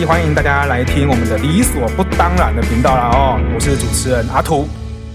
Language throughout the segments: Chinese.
欢迎大家来听我们的理所不当然的频道啦我是主持人阿图。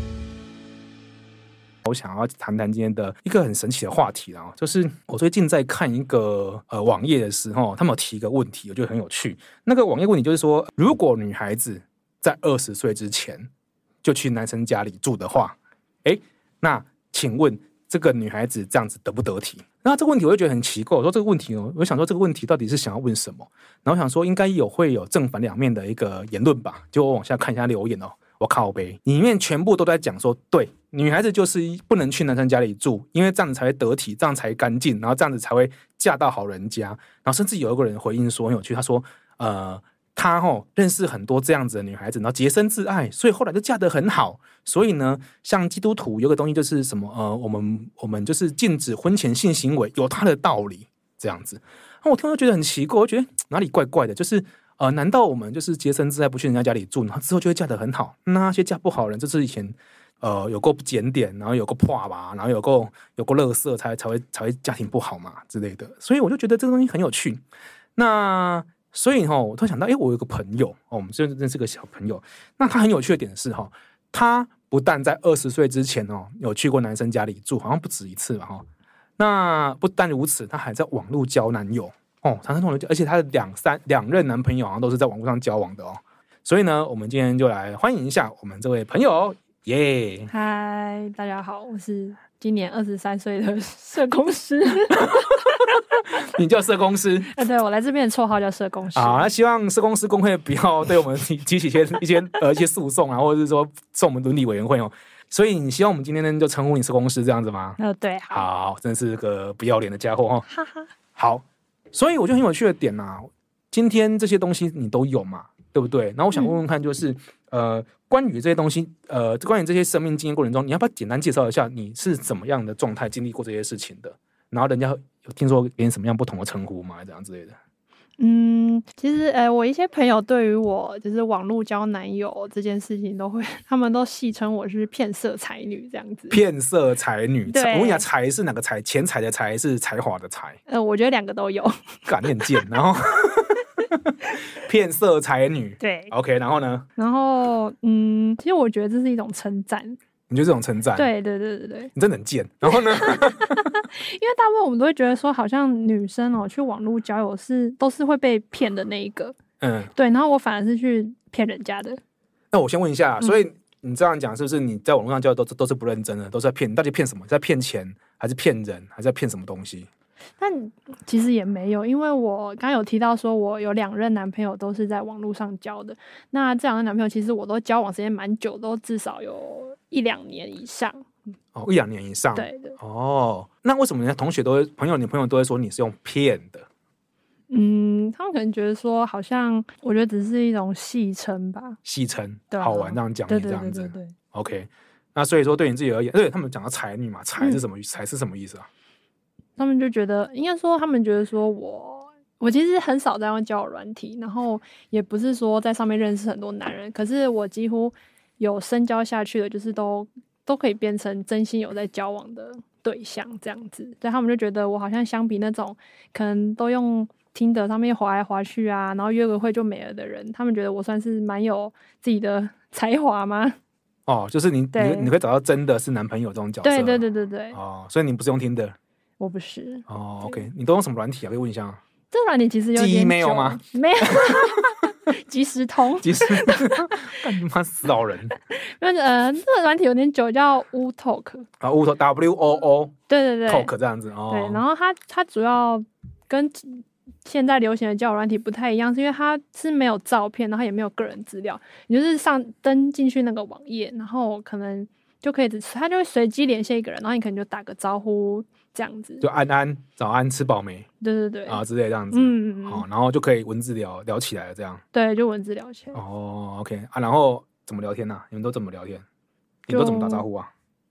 我想要谈谈今天的一个很神奇的话题啦，就是我最近在看一个网页的时候，他们有提一个问题，我觉得很有趣。那个网页问题就是说，如果女孩子在20岁之前就去男生家里住的话，那请问这个女孩子这样子得不得体？那这个问题我就觉得很奇怪。我说这个问题我想说这个问题到底是想要问什么？然后想说应该会有正反两面的一个言论吧。结果我往下看一下留言我靠北，里面全部都在讲说，对，女孩子就是不能去男生家里住，因为这样子才会得体，这样才干净，然后这样子才会嫁到好人家。然后甚至有一个人回应说很有趣，他说他认识很多这样子的女孩子，然后洁身自爱，所以后来就嫁得很好。所以呢，像基督徒有个东西就是什么我们就是禁止婚前性行为，有它的道理这样子。我听都觉得很奇怪，我觉得哪里怪怪的，就是难道我们就是洁身自爱不去人家家里住，然后之后就会嫁得很好？那些嫁不好的人，就是以前有够不检点，然后有够破吧，然后有够垃圾才会家庭不好嘛之类的。所以我就觉得这个东西很有趣。那所以我突然想到，我有个朋友我们认识个小朋友，那他很有趣的点是他不但在20岁之前有去过男生家里住，好像不止一次吧那不但如此，他还在网络交男友而且他的两任男朋友好像都是在网络上交往的所以呢，我们今天就来欢迎一下我们这位朋友耶！ 嗨，大家好，我是今年23岁的社工师。 你叫社工师？ 对，我来这边的绰号叫社工师。 那希望社工师公会不要对我们提起一些诉讼或者是说送我们伦理委员会所以你希望我们今天就称呼你社工师这样子吗？ 对， 好，真是个不要脸的家伙哈哈。 好，所以我觉得很有趣的点今天这些东西你都有嘛，对不对？然后我想问问看，就是关于这些东西，关于这些生命经验过程中，你要不要简单介绍一下你是怎么样的状态经历过这些事情的？然后人家有听说给你什么样不同的称呼吗？这样之类的。 其实我一些朋友对于我就是网络交男友这件事情他们都戏称我是骗色才女这样子。 骗色才女， 对， 我问一下，才是哪个才？钱财的财还是才华的才？ 我觉得两个都有。 干，你很贱，然后骗色才女， 对 ，OK， 然后呢？ 然后其实我觉得这是一种称赞。 你觉得这种称赞？ 对， 你真的很贱。然后呢？ 因为大部分我们都会觉得说，好像女生去网络交友都是会被骗的那一个。对，然后我反而是去骗人家的。 那我先问一下，所以你这样讲是不是你在网络上交友都是不认真的，都是在骗？你到底骗什么？在骗钱，还是骗人，还是在骗什么东西？ 但其实也没有，因为我刚刚有提到说我有2任男朋友都是在网络上交的。那这2任男朋友其实我都交往时间蛮久，都至少有1-2年以上。 1-2年以上。 对的。 那为什么人家同学女朋友都会说你是用骗的？ 他们可能觉得说，好像我觉得只是一种戏称吧， 戏称， 对好玩，这样讲你这样子。 对。 OK， 那所以说对你自己而言，对他们讲到才女嘛，才是什么？才是什么意思啊？ 他们就觉得，应该说，他们觉得说我其实很少在用交友软体，然后也不是说在上面认识很多男人，可是我几乎有深交下去的，就是都可以变成真心有在交往的对象这样子。所以他们就觉得我好像相比那种可能都用Tinder上面滑来滑去啊，然后约个会就没了的人，他们觉得我算是蛮有自己的才华吗？ 就是你会找到真的是男朋友这种角色。 对。 所以你不是用Tinder？ 我不是。 OK， 你都用什么软体啊？可以问一下吗？ 这软体其实有点久。 Gmail 吗？ 没有。即时通。 干你妈死老人！ 这个软体有点久，叫 Wootalk。 Wootalk WOO。 对。 Talk 这样子。 对，然后它主要跟现在流行的交友软体不太一样，是因为它是没有照片，然后也没有个人资料，你就是登进去那个网页，然后可能就可以它就会随机连线一个人，然后你可能就打个招呼这样子， 就安安早安吃饱没？对之类这样子。然后就可以文字聊起来了，这样。 对，就文字聊起来。 OK 然后怎么聊天啊？你们都怎么聊天？你都怎么打招呼啊？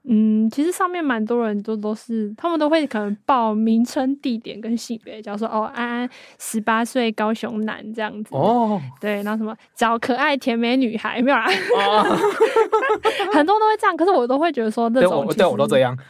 其实上面蛮多人都是，他们都会可能报名称、地点跟性别，假如说安安18岁高雄男这样子。对，然后什么找可爱甜美女孩，没有啦。很多都会这样，可是我都会觉得说这种对我都这样。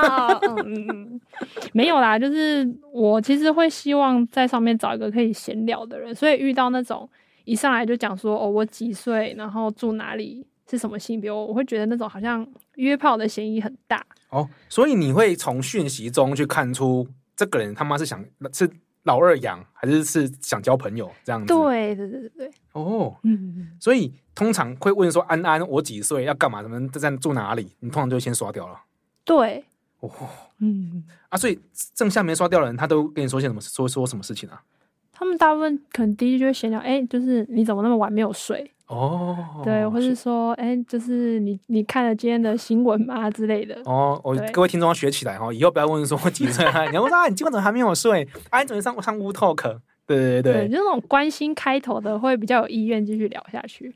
没有啦，就是我其实会希望在上面找一个可以闲聊的人，所以遇到那种一上来就讲说我几岁，然后住哪里。是什么性别？我会觉得那种好像约炮的嫌疑很大所以你会从讯息中去看出这个人他妈是老二养，还是想交朋友这样子？ 对。 所以通常会问说安安我几岁要干嘛？什么在住哪里？你通常就先刷掉了。 对。 所以正下面刷掉的人，他都跟你说些什么？说什么事情啊？ 他们大部分可能第一就会闲聊，就是你怎么那么晚没有睡？对，或是说，就是你看了今天的新闻吗之类的？ 各位听众要学起来以后不要问说几岁，你要说你今晚怎么还没有睡？你怎么上乌 talk？对， 就那种关心开头的，会比较有意愿继续聊下去。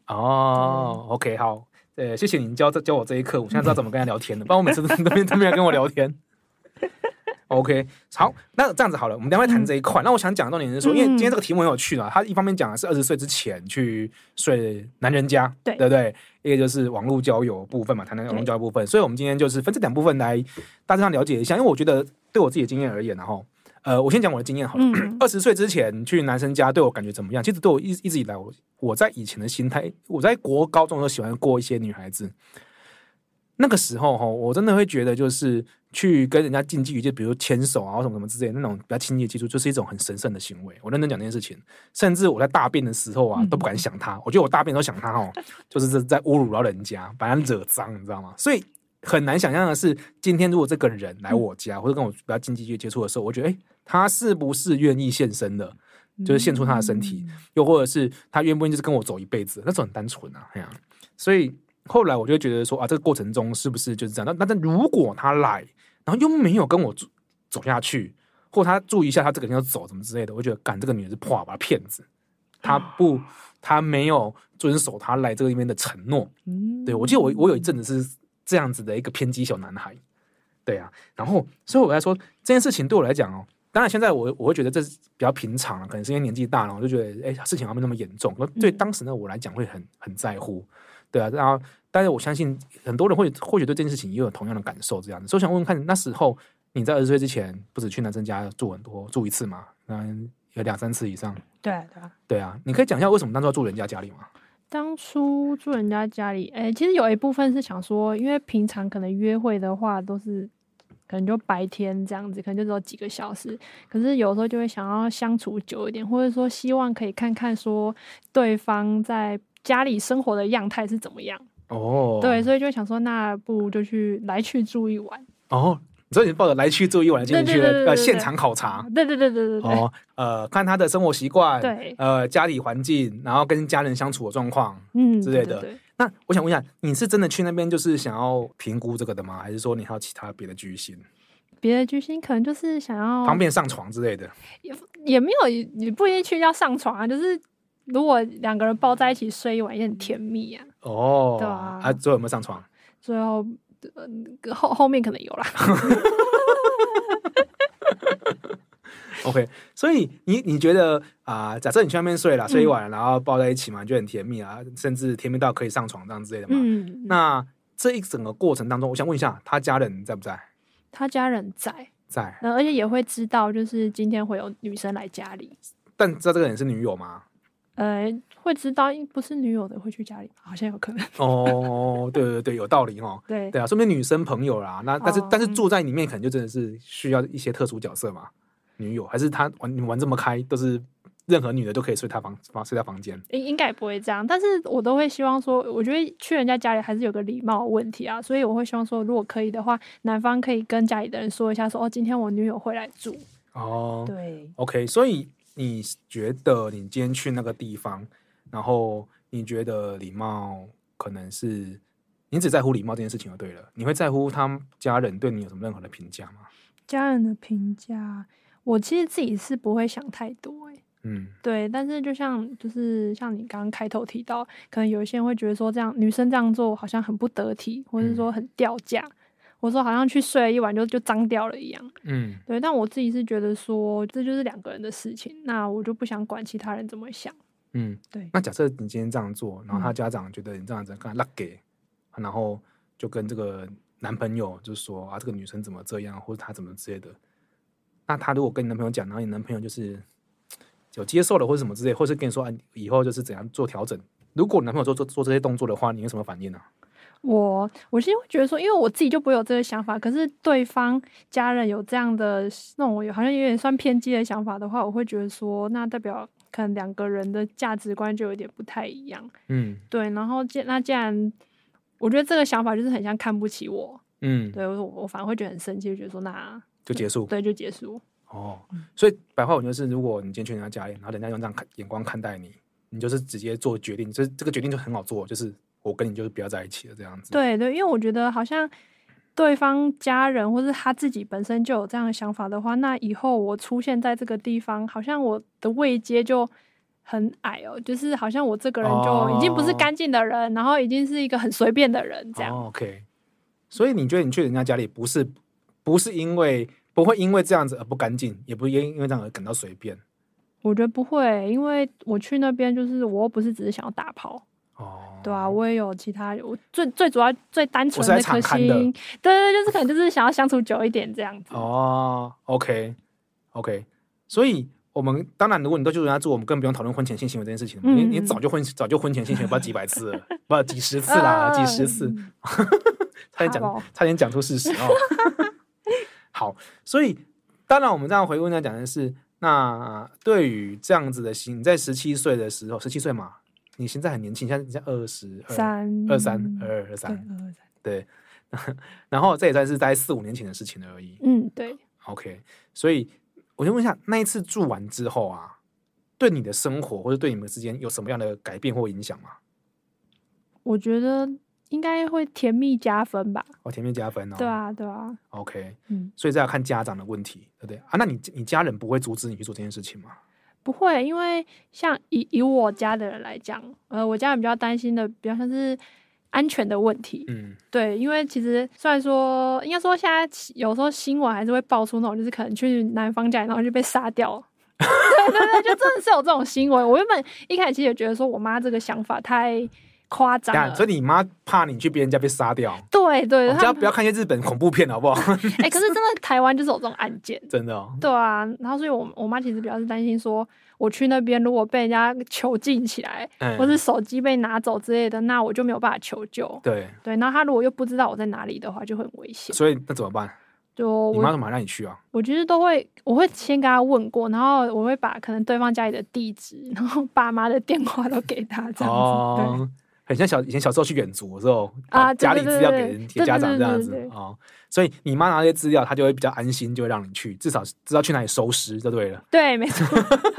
OK， 好，谢谢你教我这一课，我现在知道怎么跟他聊天了，不然我每次都没有跟我聊天。OK， 好，那这样子好了，我们等一下会谈这一块。那我想讲的重点是说，因为今天这个题目很有趣嘛，他一方面讲的是20岁之前去睡男人家，对不对？一个就是网络交友部分嘛，谈谈网络交友部分。所以我们今天就是分这2部分来大致上了解一下，因为我觉得对我自己的经验而言，然后我先讲我的经验好了。20岁之前去男生家对我感觉怎么样？其实对我一直以来，我在以前的心态，我在国高中都喜欢过一些女孩子。那个时候我真的会觉得就是去跟人家近距离，就比如牵手啊什么什么之类的那种比较亲密的接触，就是一种很神圣的行为。我认真讲这件事情，甚至我在大便的时候都不敢想他。我觉得我大便都想他就是在侮辱到人家，把他惹脏，你知道吗？所以很难想象的是，今天如果这个人来我家，或者跟我比较近距离接触的时候，我觉得他是不是愿意献身的，就是献出他的身体，又或者是他愿不愿意就是跟我走一辈子，那种很单纯啊。所以后来我就觉得说这个过程中是不是就是这样？但如果他来，然后又没有跟我走下去，或他注意一下他这个人要走什么之类的，我就觉得干这个女人是破吧骗子，他没有遵守他来这个里面的承诺。对，我记得我有一阵子是这样子的一个偏激小男孩。对啊，然后所以我来说这件事情对我来讲当然现在我会觉得这是比较平常了，可能是因为年纪大了，我就觉得事情还没那么严重。对当时呢我来讲会很在乎。对啊，然后但是我相信很多人或许对这件事情也有同样的感受这样子。所以我想问问看，那时候你在20岁之前不止去男生家住一次嘛？有2-3次以上。对啊，你可以讲一下为什么当初要住人家家里吗？ 当初住人家家里，其实有一部分是想说，因为平常可能约会的话都是可能就白天这样子，可能就只有几个小时，可是有时候就会想要相处久一点，或者说希望可以看看说对方在家里生活的样态是怎么样。对，所以就想说那不如就来去住一晚。 所以你抱着来去住一晚的进去了现场考察。 对。 看他的生活习惯， 对， 家里环境，然后跟家人相处的状况，之类的。 对。 那我想问一下，你是真的去那边就是想要评估这个的吗？还是说你还有其他别的居心？ 别的居心可能就是想要方便上床之类的。 也没有，你不一定去要上床啊，就是如果2个人抱在一起睡一晚也很甜蜜啊。对啊。 最后有没有上床？ 最后后面可能有啦。 OK， 所以你觉得假设你去那边睡一晚，然后抱在一起嘛，就很甜蜜啊，甚至甜蜜到可以上床这样之类的嘛。那这一整个过程当中，我想问一下，他家人在不在？ 他家人在，而且也会知道，就是今天会有女生来家里。 但知道这个人是女友吗？ 会知道，不是女友的会去家里吗？好像有可能。 对，有道理对啊，说明女生朋友啦。那但是住在里面，可能就真的是需要一些特殊角色嘛。女友还是你们玩这么开，都是任何女的都可以睡他房间？ 应该也不会这样，但是我都会希望说，我觉得去人家家里还是有个礼貌的问题啊，所以我会希望说，如果可以的话，男方可以跟家里的人说一下说，今天我女友会来住。对。 OK， 所以你觉得你今天去那个地方，然后你觉得礼貌可能是你只在乎礼貌这件事情就对了，你会在乎他家人对你有什么任何的评价吗？ 家人的评价，我其实自己是不会想太多对，但是就是像你刚刚开头提到，可能有一些人会觉得说这样女生这样做好像很不得体，或者是说很掉价， 我说好像去睡了一晚就脏掉了一样。对，但我自己是觉得说这就是2个人的事情，那我就不想管其他人怎么想。对。 那假设你今天这样做，然后他家长觉得你这样子跟他拉给，然后就跟这个男朋友就说啊，这个女生怎么这样，或者他怎么之类的。那他如果跟你男朋友讲，然后你男朋友就是有接受了或者什么之类，或是跟你说、以后就是怎样做调整。如果你男朋友做这些动作的话，你有什么反应呢？ 我其实会觉得说，因为我自己就不会有这个想法，可是对方家人有这样的那种好像有点算偏激的想法的话，我会觉得说，那代表可能2个人的价值观就有点不太一样。对，然后既然我觉得这个想法就是很像看不起我，对，我反而会觉得很生气，就觉得说那就结束， 对，就结束。 所以白话文就是，如果你今天去人家家里，然后人家用这样眼光看待你，你就是直接做决定，这个决定就很好做，就是我跟你就是不要在一起了这样子。 对，因为我觉得好像对方家人或是他自己本身就有这样的想法的话，那以后我出现在这个地方，好像我的位阶就很矮哦，就是好像我这个人就已经不是干净的人，然后已经是一个很随便的人这样。 OK， 所以你觉得你去人家家里不会因为这样子而不干净，也不会因为这样而感到随便？ 我觉得不会，因为我去那边就是我又不是只是想要打炮。对啊，我也有其他，我最主要最单纯的颗心，对，就是可能就是想要相处久一点这样子。 OK， 所以我们当然，如果你都去人家住，我们更不用讨论婚前性行为这件事情。你早就婚前性行为不知道几百次了，不知道几十次啦，几十次，差点讲出事实哦。好，所以当然我们这样回顾来讲的是，那对于这样子的心，你在17岁的时候，17岁嘛，你现在很年轻，现在23，对，然后这也算是在4-5年前的事情而已。 对。 OK， 所以我先问一下，那一次住完之后啊，对你的生活或者对你们之间有什么样的改变或影响吗？ 我觉得应该会甜蜜加分吧。 甜蜜加分哦。 对啊。 OK，所以这要看家长的问题，对不对啊？那你家人不会阻止你去做这件事情吗？ 不会，因为像以我家的人来讲，我家人比较担心的比较像是安全的问题。对，因为其实虽然说应该说现在有时候新闻还是会爆出那种就是可能去男方家然后就被杀掉。对，就真的是有这种新闻。我原本一开始其实也觉得说我妈这个想法太夸张了， 所以你妈怕你去别人家被杀掉。 对， 不要看一些日本恐怖片好不好？ 可是真的台湾就是有这种案件， 真的哦。对啊，然后所以我妈其实比较是担心说，我去那边如果被人家囚禁起来，或是手机被拿走之类的，那我就没有办法求救。对，然后他如果又不知道我在哪里的话，就很危险。 所以那怎么办？你妈怎么还让你去啊？ 我其实我会先跟他问过，然后我会把可能对方家里的地址，然后爸妈的电话都给他，这样子。 很像以前小时候去远足的时候，把家里资料给家长这样子。所以你妈拿这些资料，她就会比较安心，就会让你去，至少知道去哪里收尸就对了。 对，没错。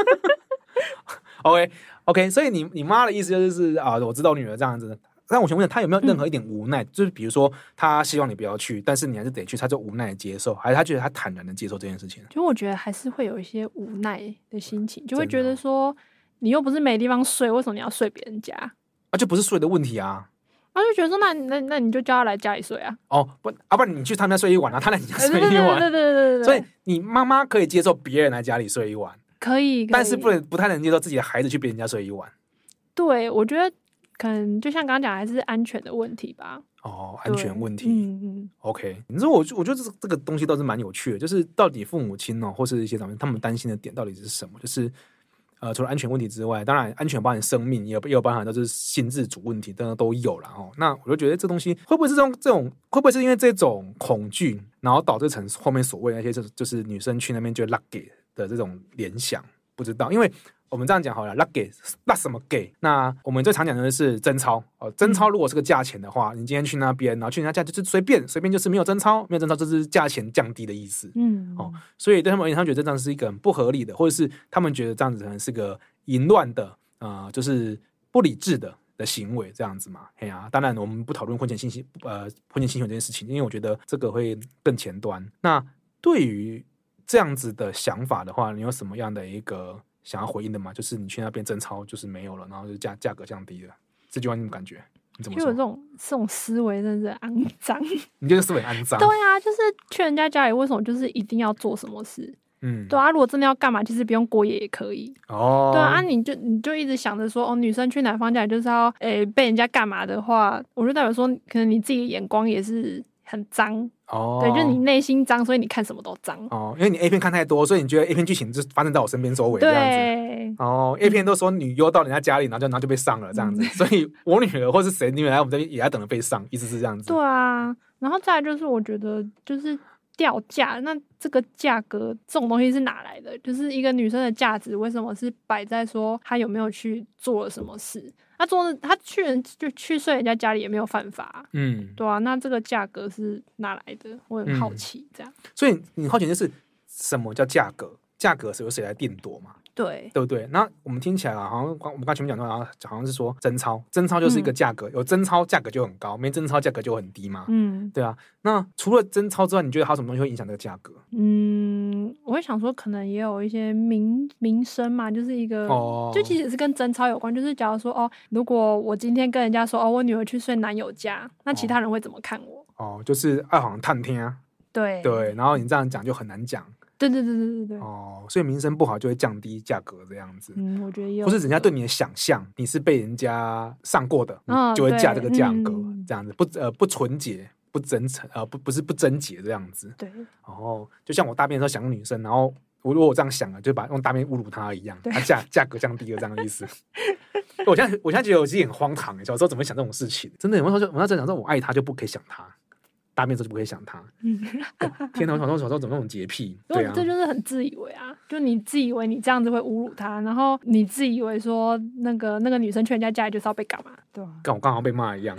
OK， 所以你妈的意思就是我知道我女儿这样子。但我想问，她有没有任何一点无奈？就是比如说，她希望你不要去，但是你还是得去，她就无奈的接受，还是她觉得她坦然的接受这件事情？ 就我觉得还是会有一些无奈的心情，就会觉得说，你又不是没地方睡，为什么你要睡别人家？ 就不是睡的问题啊。 就觉得说，那你就叫他来家里睡啊。 不然你去他们家睡一晚，然后他来你家睡一晚。 对。 所以你妈妈可以接受别人来家里睡一晚， 可以， 但是不太能接受自己的孩子去别人家睡一晚。 对，我觉得可能就像刚刚讲，还是安全的问题吧。 安全问题。OK， 你说我觉得这个东西倒是蛮有趣的，就是到底父母亲或是一些长辈他们担心的点到底是什么？就是除了安全问题之外，当然安全包含生命，也有包含就是性自主问题，当然都有啦。那我就觉得这东西会不会是会不会是因为这种恐惧，然后导致成后面所谓那些就是女生去那边就拉给的这种联想？不知道，因为我们这样讲好了，拉什么给？那我们最常讲的是贞操贞操如果是个价钱的话，你今天去那边，然后去人家家就是随便就是没有贞操，就是价钱降低的意思。所以对他们而言，他们觉得这样是一个很不合理的，或者是他们觉得这样子可能是个淫乱的就是不理智的行为这样子嘛。当然我们不讨论婚前性行为这件事情，因为我觉得这个会更前端。那对于这样子的想法的话，你有什么样的一个想要回应的吗？就是你去那边贞操就是没有了，然后就价格降低了，这句话你怎么感觉？ 你怎么说？ 就有这种思维真的是肮脏。 你觉得思维肮脏？ 对啊，就是去人家家里，为什么就是一定要做什么事？对啊，如果真的要干嘛，其实不用过夜也可以。对啊，你就一直想着说，女生去男方家里就是要被人家干嘛的话，我就代表说，可能你自己的眼光也是很脏。对，就是你内心脏，所以你看什么都脏。 因为你 A 片看太多，所以你觉得 A 片剧情就发生在我身边周围这样子。A 片都说女优到人家家里，然后就被上了这样子，所以我女儿或是谁女儿来我们这边也要等着被上，意思是这样子。 对啊，然后再来就是我觉得就是掉价，那这个价格这种东西是哪来的？就是一个女生的价值为什么是摆在说她有没有去做了什么事？她去睡人家家里也没有犯法。对啊，那这个价格是哪来的？我很好奇这样。 所以你好奇就是什么叫价格？价格是由谁来定夺嘛？对不对？那我们听起来好像我们刚前面讲到，好像是说贞操就是一个价格，有贞操价格就很高，没贞操价格就很低嘛。对啊。那除了贞操之外，你觉得还有什么东西会影响这个价格？ 我会想说，可能也有一些名声嘛，就是一个，就其实也是跟贞操有关。就是假如说，如果我今天跟人家说，我女儿去睡男友家，那其他人会怎么看我？ 就是爱好像探听啊。 对， 然后你这样讲就很难讲。 对。 所以名声不好就会降低价格这样子。 我觉得也有。 或是人家对你的想象，你是被人家上过的，你就会价这个价格，这样子不纯洁、不真诚，不是不贞洁这样子。 对。 就像我大便的时候想女生，然后如果我这样想了，就用大便侮辱她一样，她价格降低了这样的意思。我现在觉得我自己很荒唐，小时候怎么会想这种事情？真的，我那时候想说，我爱她就不可以想她。大便的时候就不可以想他。天哪！我小时候怎么那种洁癖？对啊， 这就是很自以为啊，就你自以为你这样子会侮辱他，然后你自以为说那个女生去人家家里就是要被干嘛？对啊， 跟我刚好被骂一样。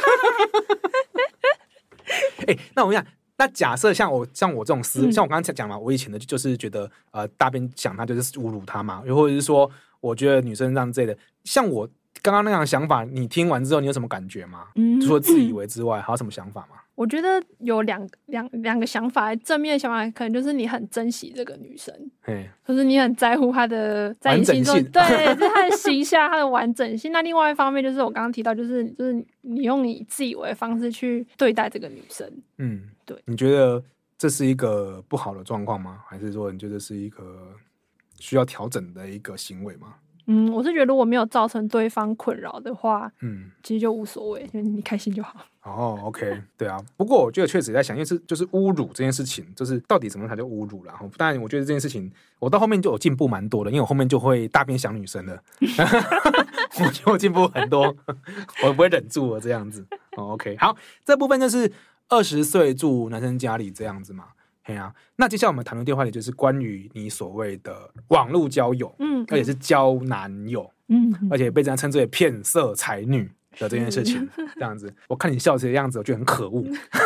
那我想，那假设像我这种像我刚刚讲嘛，我以前的就是觉得大便想他就是侮辱他嘛，又或者是说，我觉得女生这样之类的，像我刚刚那样的想法，你听完之后你有什么感觉吗？除了自以为之外，还有什么想法吗？我觉得有两个想法，正面的想法可能就是你很珍惜这个女生，就是你很在乎她的在你心中，对，就是她的形象、她的完整性。那另外一方面就是我刚刚提到，就是你用你自以为的方式去对待这个女生。对， 你觉得这是一个不好的状况吗？还是说你觉得是一个需要调整的一个行为吗？ 我是觉得如果没有造成对方困扰的话，其实就无所谓，就你开心就好。 OK， 对啊。不过我觉得确实在想，因为就是侮辱这件事情，就是到底怎么才叫侮辱啦？当然，我觉得这件事情，我到后面就有进步蛮多的，因为我后面就会大便想女生了。我觉得我进步很多，我不会忍住了这样子。OK， 好，这部分就是20岁住男生家里这样子嘛。那接下来我们谈论的话题就是关于你所谓的网络交友，而且是交男友，而且被人家称之为骗色才女的这件事情，这样子，我看你笑的样子，我觉得很可恶。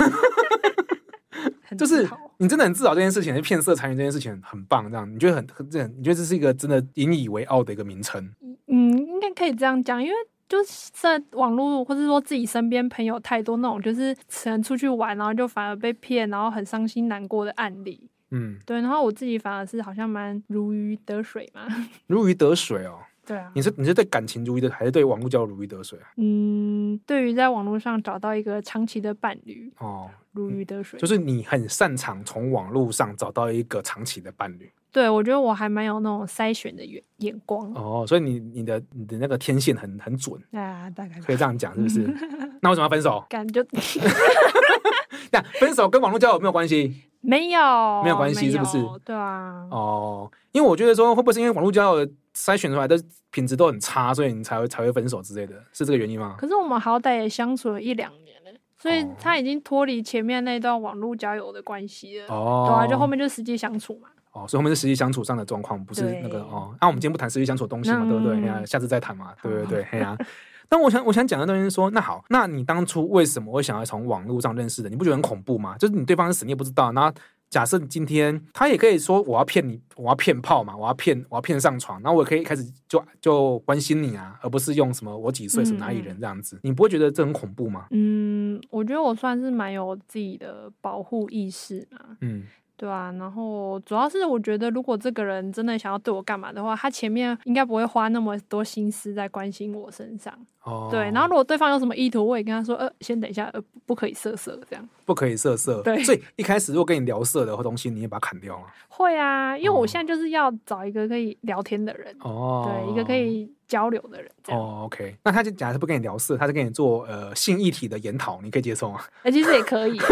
就是你真的很自豪这件事情，骗色才女这件事情很棒，这样你觉得你觉得这是一个真的引以为傲的一个名称？ 应该可以这样讲，因为就是在网络或是说自己身边朋友太多那种就是可能出去玩然后就反而被骗然后很伤心难过的案例。对，然后我自己反而是好像蛮如鱼得水嘛。 如鱼得水哦。 对啊。 你是对感情如鱼得水还是对网络交友如鱼得水啊？ 对于在网络上找到一个长期的伴侣如鱼得水。 就是你很擅长从网络上找到一个长期的伴侣。 对，我觉得我还蛮有那种筛选的眼光。 所以你的那个天线很准啊，大概可以这样讲是不是？那为什么要分手？ 感觉分手跟网络交友没有关系？ 没有关系是不是？ 对啊。 因为我觉得说会不会是因为网络交友筛选出来的品质都很差，所以你才会分手之类的，是这个原因吗？ 可是我们好歹也相处了1-2年了，所以他已经脱离前面那段网络交友的关系了。对啊，就后面就实际相处嘛。 所以后面是实际相处上的状况，不是那个那我们今天不谈实际相处的东西嘛，对不对？下次再谈嘛，对不对？但我想讲的东西是说，那好，那你当初为什么会想要从网络上认识的？你不觉得很恐怖吗？就是你对方是死你也不知道，然后假设你今天他也可以说我要骗你，我要骗炮嘛，我要骗上床，然后我也可以一开始就关心你啊，而不是用什么我几岁是哪里人这样子，你不会觉得这很恐怖吗？ 我觉得我算是蛮有自己的保护意识嘛。 对啊，然后主要是我觉得，如果这个人真的想要对我干嘛的话，他前面应该不会花那么多心思在关心我身上。对，然后如果对方有什么意图，我也跟他说，先等一下，不可以色这样。 不可以色。 对， 所以一开始如果跟你聊色的东西，你也把它砍掉吗？ 会啊，因为我现在就是要找一个可以聊天的人，对，一个可以交流的人，这样。 OK， 那他就假设不跟你聊色，他是跟你做性议题的研讨，你可以接受吗？ 其实也可以。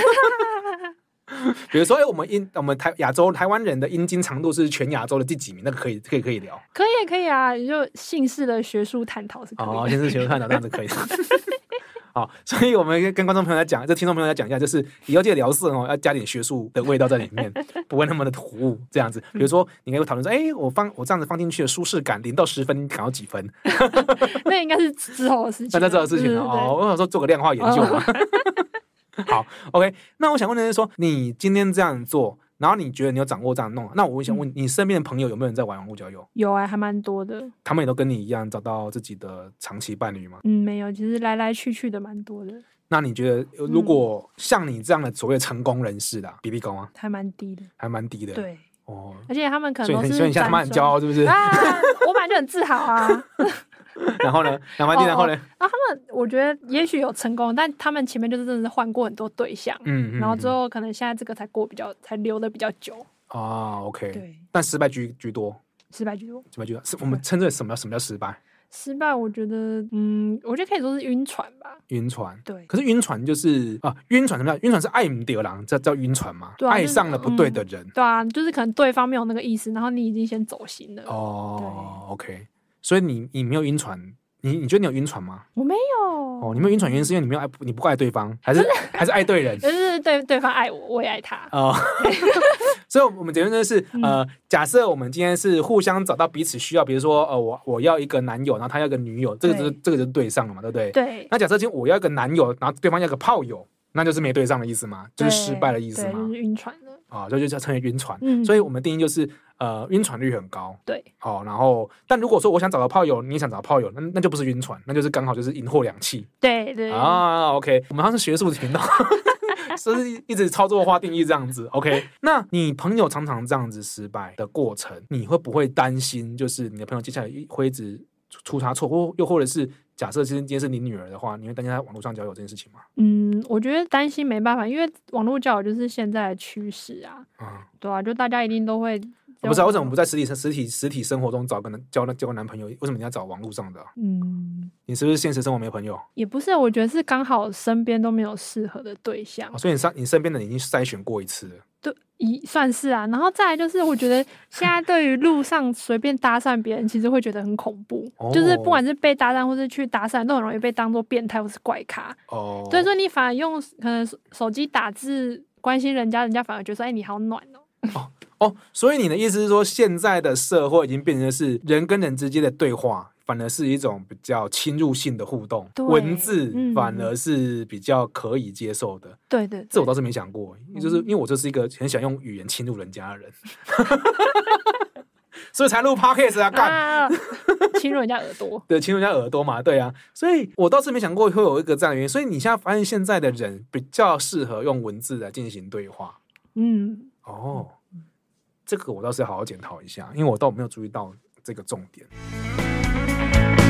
比如说，我们台湾人的阴茎长度是全亚洲的第几名？那个可以聊， 可以啊，就姓氏的学术探讨是可以的。 姓氏学术探讨这样子可以。好，所以我们跟观众朋友来讲，听众朋友来讲一下，就是以后记得聊色要加点学术的味道在里面，不会那么的突兀。这样子，比如说你可以讨论说，我这样子放进去的舒适感0到10分，你感到几分？ 那应该是之后的事情。 那之后的事情我想说做个量化研究嘛。好 ，OK， 那我想问的是说，你今天这样做，然后你觉得你有掌握这样弄，那我想问你身边的朋友有没有人在玩网络交友？ 有啊，还蛮多的。 他们也都跟你一样找到自己的长期伴侣吗？ 没有，其实来来去去的蛮多的。 那你觉得，如果像你这样的所谓成功人士比例高吗？ 还蛮低的， 还蛮低的。 对，而且他们可能都是， 所以你现在他们很骄傲，是不是？ 我本来就很自豪啊。 然后呢？然后呢？ 他们我觉得也许有成功，但他们前面就是真的是换过很多对象，然后之后可能现在这个才留的比较久。 OK， 对， 但失败居多。 失败居多。 是我们称之为什么叫失败？ 失败，我觉得可以说是晕船吧。 晕船， 对。 可是晕船就是晕船什么叫？晕船是爱唔对人，这叫晕船吗？ 对， 爱上了不对的人。 对啊，就是可能对方没有那个意思，然后你已经先走心了。 OK。所以你没有晕船，你觉得你有晕船吗？ 我没有。 你没有晕船原因是因为你不爱对方，还是爱对人？ 就是对方爱我，我也爱他。 所以我们结论就是假设我们今天是互相找到彼此需要，比如说我要一个男友，然后他要一个女友，这个就是对上了嘛，对不对？ 对。 那假设今天我要一个男友，然后对方要个炮友，那就是没对上的意思嘛，就是失败的意思嘛， 就是晕船了。 所以就叫称为晕船。所以我们定义就是晕船率很高。 对。 然后但如果说我想找到炮友，你想找到炮友，那就不是晕船，那就是刚好就是银货两讫。 对。 OK， 我们好像是学术频道。所以一直操作化定义这样子 ，OK？ 那你朋友常常这样子失败的过程，你会不会担心，就是你的朋友接下来会一直出差错，又或者是假设今天是你女儿的话，你会担心她在网络上交友这件事情吗？ 我觉得担心没办法，因为网络交友就是现在的趋势啊。对啊，就大家一定都会。 不是为什么不在实体生活中交个男朋友？为什么你要找网络上的？你是不是现实生活没朋友？ 也不是，我觉得是刚好身边都没有适合的对象。 所以你身边的人已经筛选过一次了。 对，算是啊。然后再来就是，我觉得现在对于路上随便搭讪别人，其实会觉得很恐怖。就是不管是被搭讪或是去搭讪，都很容易被当作变态或是怪咖。所以说你反而用可能手机打字关心人家，人家反而觉得说，你好暖哦。 所以你的意思是说，现在的社会已经变成是人跟人之间的对话，反而是一种比较侵入性的互动，文字反而是比较可以接受的。 对， 这我倒是没想过，就是因为我就是一个很喜欢用语言侵入人家的人，所以才录 podcast 干侵入人家耳朵。 对，侵入人家耳朵嘛，对啊，所以我倒是没想过会有一个这样的原因。所以你现在发现现在的人比较适合用文字来进行对话。这个我倒是要好好检讨一下，因为我倒没有注意到这个重点。